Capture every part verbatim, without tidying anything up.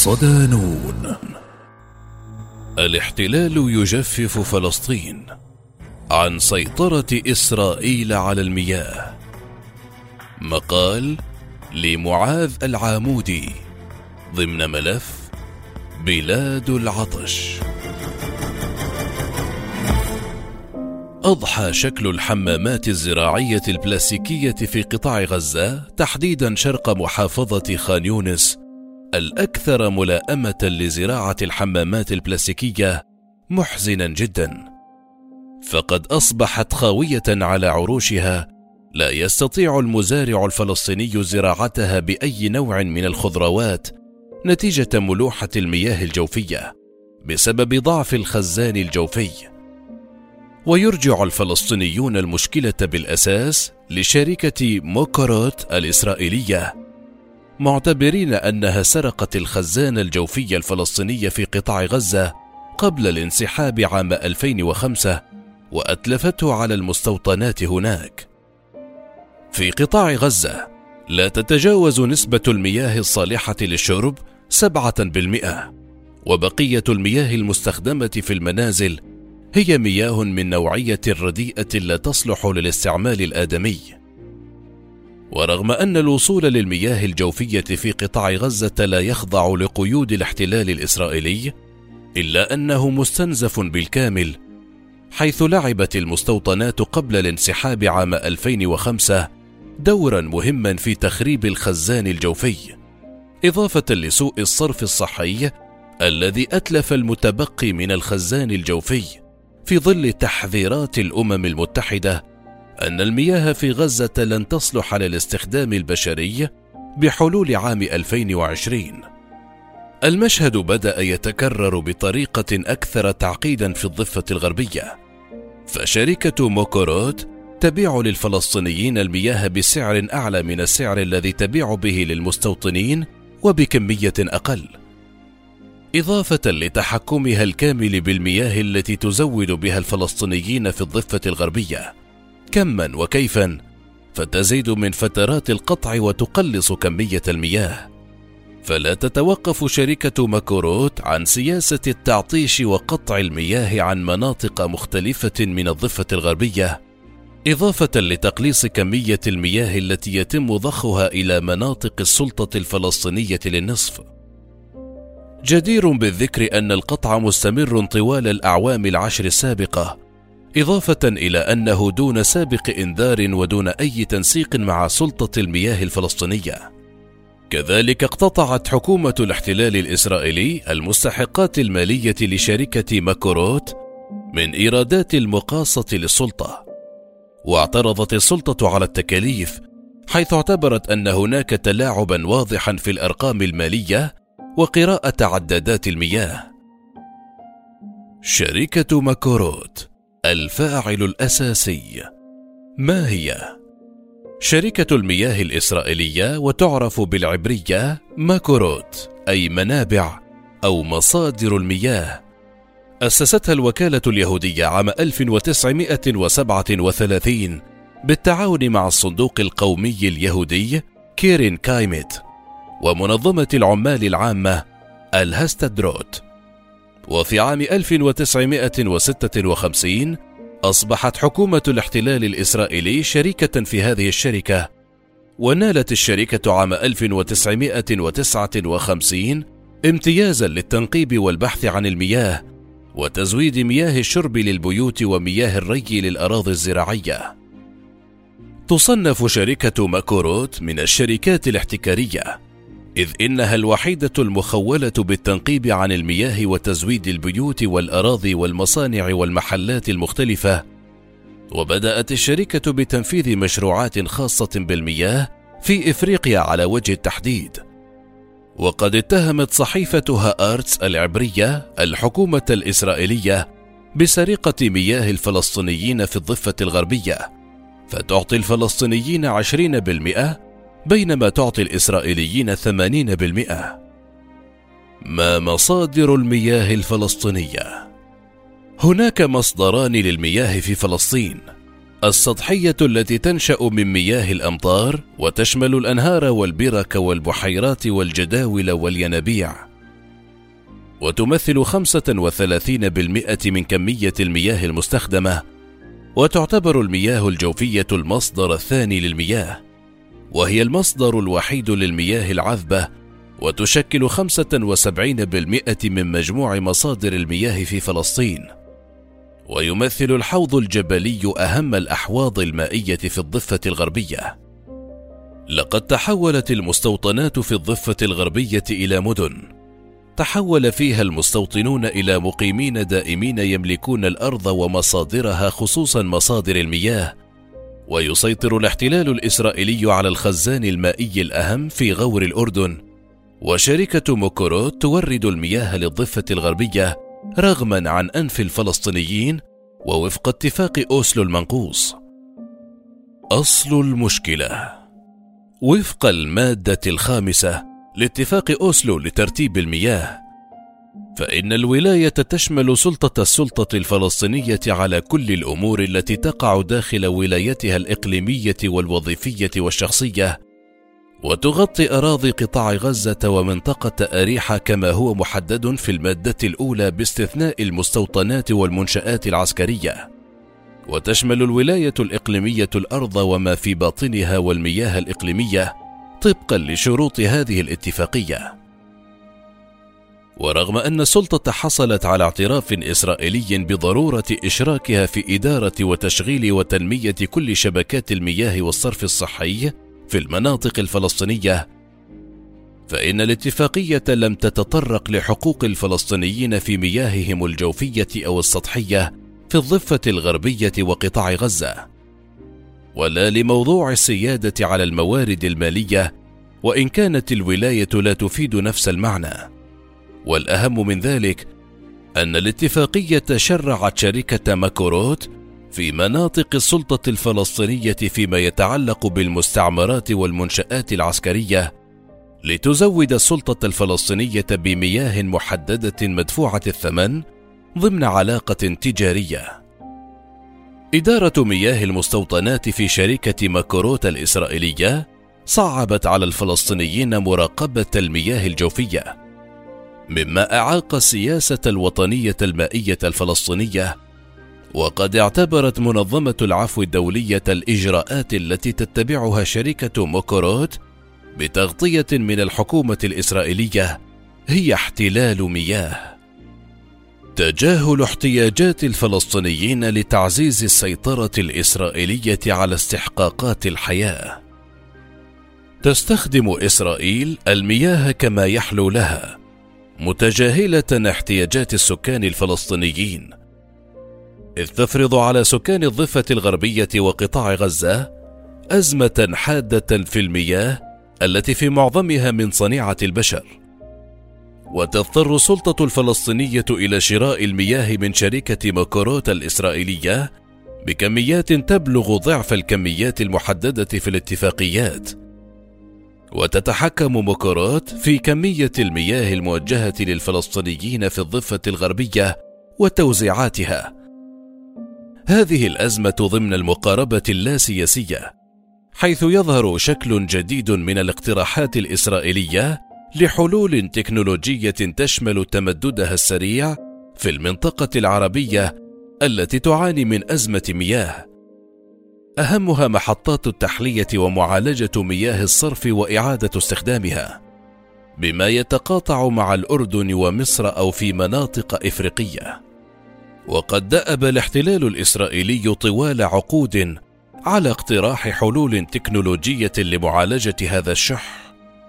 صدانون. الاحتلال يجفف فلسطين عن سيطرة إسرائيل على المياه. مقال لمعاذ العامودي ضمن ملف بلاد العطش. أضحى شكل الحمامات الزراعية البلاستيكية في قطاع غزة، تحديدا شرق محافظة خان يونس، الأكثر ملائمة لزراعة الحمامات البلاستيكية، محزنا جدا، فقد أصبحت خاوية على عروشها، لا يستطيع المزارع الفلسطيني زراعتها بأي نوع من الخضروات نتيجة ملوحة المياه الجوفية بسبب ضعف الخزان الجوفي. ويرجع الفلسطينيون المشكلة بالأساس لشركة موكوروت الإسرائيلية، معتبرين أنها سرقت الخزان الجوفي الفلسطيني في قطاع غزة قبل الانسحاب عام ألفين وخمسة وأتلفته على المستوطنات هناك. في قطاع غزة لا تتجاوز نسبة المياه الصالحة للشرب سبعة بالمئة، وبقية المياه المستخدمة في المنازل هي مياه من نوعية رديئة لا تصلح للاستعمال الآدمي. ورغم أن الوصول للمياه الجوفية في قطاع غزة لا يخضع لقيود الاحتلال الإسرائيلي، إلا أنه مستنزف بالكامل، حيث لعبت المستوطنات قبل الانسحاب عام ألفين وخمسة دورا مهما في تخريب الخزان الجوفي، إضافة لسوء الصرف الصحي الذي أتلف المتبقي من الخزان الجوفي، في ظل تحذيرات الأمم المتحدة أن المياه في غزة لن تصلح للاستخدام البشري بحلول عام ألفين وعشرين. المشهد بدأ يتكرر بطريقة أكثر تعقيدا في الضفة الغربية، فشركة موكوروت تبيع للفلسطينيين المياه بسعر أعلى من السعر الذي تبيع به للمستوطنين وبكمية أقل، إضافة لتحكمها الكامل بالمياه التي تزود بها الفلسطينيين في الضفة الغربية كما وكيفا، فتزيد من فترات القطع وتقلص كمية المياه. فلا تتوقف شركة موكوروت عن سياسة التعطيش وقطع المياه عن مناطق مختلفة من الضفة الغربية، إضافة لتقليص كمية المياه التي يتم ضخها إلى مناطق السلطة الفلسطينية للنصف. جدير بالذكر أن القطع مستمر طوال الأعوام العشر السابقة، إضافة إلى أنه دون سابق إنذار ودون أي تنسيق مع سلطة المياه الفلسطينية. كذلك اقتطعت حكومة الاحتلال الإسرائيلي المستحقات المالية لشركة موكوروت من إيرادات المقاصة للسلطة، واعترضت السلطة على التكاليف، حيث اعتبرت أن هناك تلاعبا واضحا في الأرقام المالية وقراءة عدادات المياه. شركة موكوروت الفاعل الأساسي. ما هي؟ شركة المياه الإسرائيلية، وتعرف بالعبرية موكوروت، أي منابع أو مصادر المياه، أسستها الوكالة اليهودية عام ألف وتسعمائة وسبعة وثلاثين بالتعاون مع الصندوق القومي اليهودي كيرين كايمت ومنظمة العمال العامة الهستدروت. وفي عام ألف وتسعمائة وستة وخمسين أصبحت حكومة الاحتلال الإسرائيلي شريكة في هذه الشركة، ونالت الشركة عام ألف وتسعمائة وتسعة وخمسين امتيازا للتنقيب والبحث عن المياه وتزويد مياه الشرب للبيوت ومياه الري للأراضي الزراعية. تصنف شركة موكوروت من الشركات الاحتكارية، إذ إنها الوحيدة المخولة بالتنقيب عن المياه وتزويد البيوت والأراضي والمصانع والمحلات المختلفة. وبدأت الشركة بتنفيذ مشروعات خاصة بالمياه في إفريقيا على وجه التحديد. وقد اتهمت صحيفة هآرتس العبرية الحكومة الإسرائيلية بسرقة مياه الفلسطينيين في الضفة الغربية، فتعطي الفلسطينيين عشرين بالمئة بينما تعطي الإسرائيليين ثمانين بالمئة. ما مصادر المياه الفلسطينية؟ هناك مصدران للمياه في فلسطين: السطحية التي تنشأ من مياه الأمطار وتشمل الأنهار والبرك والبحيرات والجداول والينابيع، وتمثل خمسة وثلاثين بالمئة من كمية المياه المستخدمة، وتعتبر المياه الجوفية المصدر الثاني للمياه، وهي المصدر الوحيد للمياه العذبة، وتشكل خمسة وسبعين بالمئة من مجموع مصادر المياه في فلسطين. ويمثل الحوض الجبلي أهم الأحواض المائية في الضفة الغربية. لقد تحولت المستوطنات في الضفة الغربية إلى مدن، تحول فيها المستوطنون إلى مقيمين دائمين يملكون الأرض ومصادرها، خصوصا مصادر المياه. ويسيطر الاحتلال الإسرائيلي على الخزان المائي الأهم في غور الأردن، وشركة موكوروت تورد المياه للضفة الغربية رغما عن أنف الفلسطينيين، ووفق اتفاق أوسلو المنقوص. أصل المشكلة: وفق المادة الخامسة لاتفاق أوسلو لترتيب المياه، فإن الولاية تشمل سلطة السلطة الفلسطينية على كل الأمور التي تقع داخل ولايتها الإقليمية والوظيفية والشخصية، وتغطي أراضي قطاع غزة ومنطقة أريحة كما هو محدد في المادة الأولى، باستثناء المستوطنات والمنشآت العسكرية. وتشمل الولاية الإقليمية الأرض وما في باطنها والمياه الإقليمية طبقا لشروط هذه الاتفاقية. ورغم أن السلطة حصلت على اعتراف إسرائيلي بضرورة إشراكها في إدارة وتشغيل وتنمية كل شبكات المياه والصرف الصحي في المناطق الفلسطينية، فإن الاتفاقية لم تتطرق لحقوق الفلسطينيين في مياههم الجوفية أو السطحية في الضفة الغربية وقطاع غزة، ولا لموضوع السيادة على الموارد المالية، وإن كانت الولاية لا تفيد نفس المعنى. والأهم من ذلك أن الاتفاقية شرعت شركة ماكوروت في مناطق السلطة الفلسطينية فيما يتعلق بالمستعمرات والمنشآت العسكرية، لتزود السلطة الفلسطينية بمياه محددة مدفوعة الثمن ضمن علاقة تجارية. إدارة مياه المستوطنات في شركة ماكوروت الإسرائيلية صعبت على الفلسطينيين مراقبة المياه الجوفية، مما أعاق السياسة الوطنية المائية الفلسطينية. وقد اعتبرت منظمة العفو الدولية الإجراءات التي تتبعها شركة موكوروت بتغطية من الحكومة الإسرائيلية هي احتلال مياه. تجاهل احتياجات الفلسطينيين لتعزيز السيطرة الإسرائيلية على استحقاقات الحياة. تستخدم إسرائيل المياه كما يحلو لها، متجاهلة احتياجات السكان الفلسطينيين، إذ تفرض على سكان الضفة الغربية وقطاع غزة أزمة حادة في المياه التي في معظمها من صنيعة البشر. وتضطر السلطة الفلسطينية إلى شراء المياه من شركة ماكوروت الإسرائيلية بكميات تبلغ ضعف الكميات المحددة في الاتفاقيات. وتتحكم ماكوروت في كمية المياه الموجهة للفلسطينيين في الضفة الغربية وتوزيعاتها. هذه الأزمة ضمن المقاربة اللاسياسية، حيث يظهر شكل جديد من الاقتراحات الإسرائيلية لحلول تكنولوجية تشمل تمددها السريع في المنطقة العربية التي تعاني من أزمة مياه، أهمها محطات التحلية ومعالجة مياه الصرف وإعادة استخدامها، بما يتقاطع مع الأردن ومصر أو في مناطق إفريقية. وقد دأب الاحتلال الإسرائيلي طوال عقود على اقتراح حلول تكنولوجية لمعالجة هذا الشح،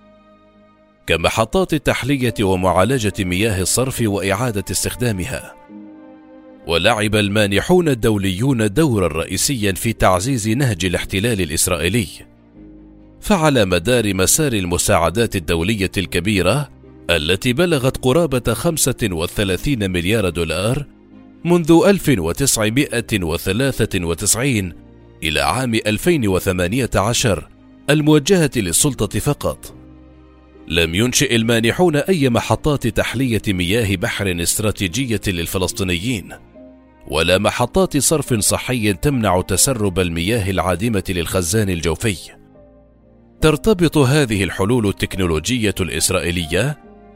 كمحطات التحلية ومعالجة مياه الصرف وإعادة استخدامها. ولعب المانحون الدوليون دورا رئيسيا في تعزيز نهج الاحتلال الإسرائيلي. فعلى مدار مسار المساعدات الدولية الكبيرة التي بلغت قرابة خمسة وثلاثين مليار دولار منذ ألف وتسعمائة وثلاثة وتسعين إلى عام ألفين وثمانية عشر الموجهة للسلطة فقط، لم ينشئ المانحون أي محطات تحلية مياه بحر استراتيجية للفلسطينيين، ولا محطات صرف صحي تمنع تسرب المياه العادمة للخزان الجوفي. ترتبط هذه الحلول التكنولوجية الإسرائيلية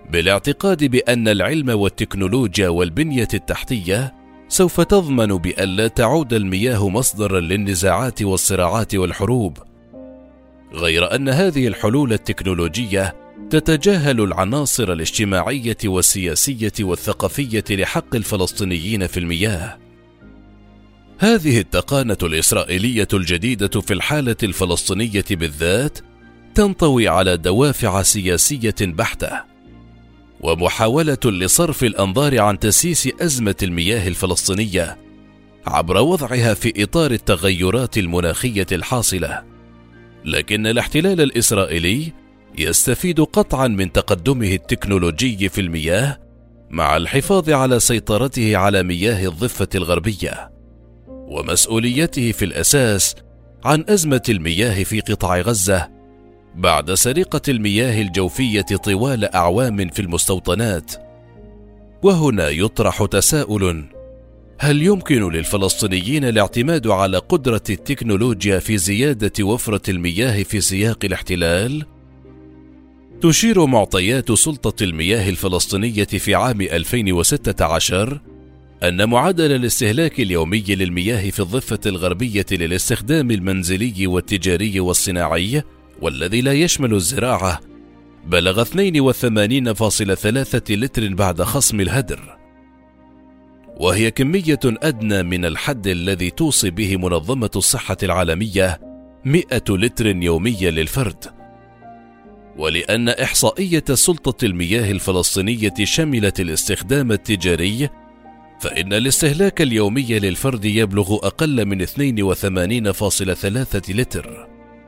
بالاعتقاد بأن العلم والتكنولوجيا والبنية التحتية سوف تضمن بأن لا تعود المياه مصدرا للنزاعات والصراعات والحروب، غير أن هذه الحلول التكنولوجية تتجاهل العناصر الاجتماعية والسياسية والثقافية لحق الفلسطينيين في المياه. هذه التقانة الإسرائيلية الجديدة في الحالة الفلسطينية بالذات تنطوي على دوافع سياسية بحتة، ومحاولة لصرف الأنظار عن تسييس أزمة المياه الفلسطينية عبر وضعها في إطار التغيرات المناخية الحاصلة. لكن الاحتلال الإسرائيلي يستفيد قطعا من تقدمه التكنولوجي في المياه مع الحفاظ على سيطرته على مياه الضفة الغربية، ومسؤوليته في الأساس عن أزمة المياه في قطاع غزة بعد سرقة المياه الجوفية طوال أعوام في المستوطنات. وهنا يطرح تساؤل: هل يمكن للفلسطينيين الاعتماد على قدرة التكنولوجيا في زيادة وفرة المياه في سياق الاحتلال؟ تشير معطيات سلطة المياه الفلسطينية في عام ألفين وستة عشر أن معدل الاستهلاك اليومي للمياه في الضفة الغربية للاستخدام المنزلي والتجاري والصناعي والذي لا يشمل الزراعة بلغ اثنين وثمانين فاصلة ثلاثة لتر بعد خصم الهدر، وهي كمية أدنى من الحد الذي توصي به منظمة الصحة العالمية مئة لتر يوميا للفرد. ولأن إحصائية سلطة المياه الفلسطينية شملت الاستخدام التجاري، فإن الاستهلاك اليومي للفرد يبلغ أقل من اثنين وثمانين فاصلة ثلاثة لتر.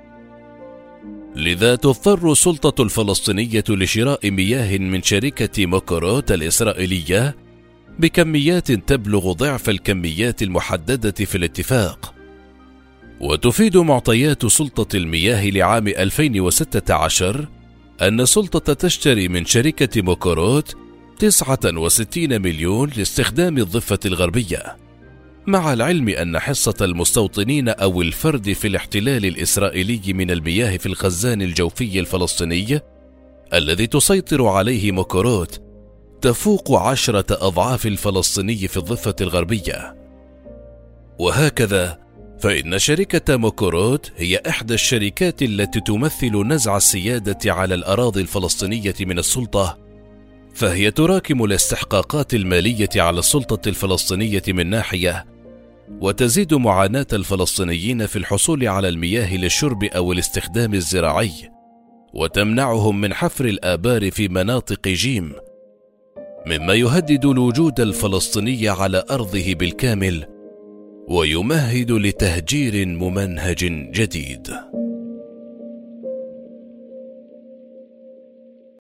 لذا تضطر السلطة الفلسطينية لشراء مياه من شركة موكوروت الإسرائيلية بكميات تبلغ ضعف الكميات المحددة في الاتفاق. وتفيد معطيات سلطة المياه لعام ألفين وستة عشر أن السلطة تشتري من شركة موكوروت تسعة وستين مليون لاستخدام الضفة الغربية، مع العلم أن حصة المستوطنين أو الفرد في الاحتلال الإسرائيلي من المياه في الخزان الجوفي الفلسطيني الذي تسيطر عليه موكوروت تفوق عشرة أضعاف الفلسطيني في الضفة الغربية. وهكذا فإن شركة موكوروت هي إحدى الشركات التي تمثل نزع السيادة على الأراضي الفلسطينية من السلطة، فهي تراكم الاستحقاقات المالية على السلطة الفلسطينية من ناحية، وتزيد معاناة الفلسطينيين في الحصول على المياه للشرب أو الاستخدام الزراعي، وتمنعهم من حفر الآبار في مناطق جيم، مما يهدد الوجود الفلسطيني على أرضه بالكامل ويمهد لتهجير ممنهج جديد.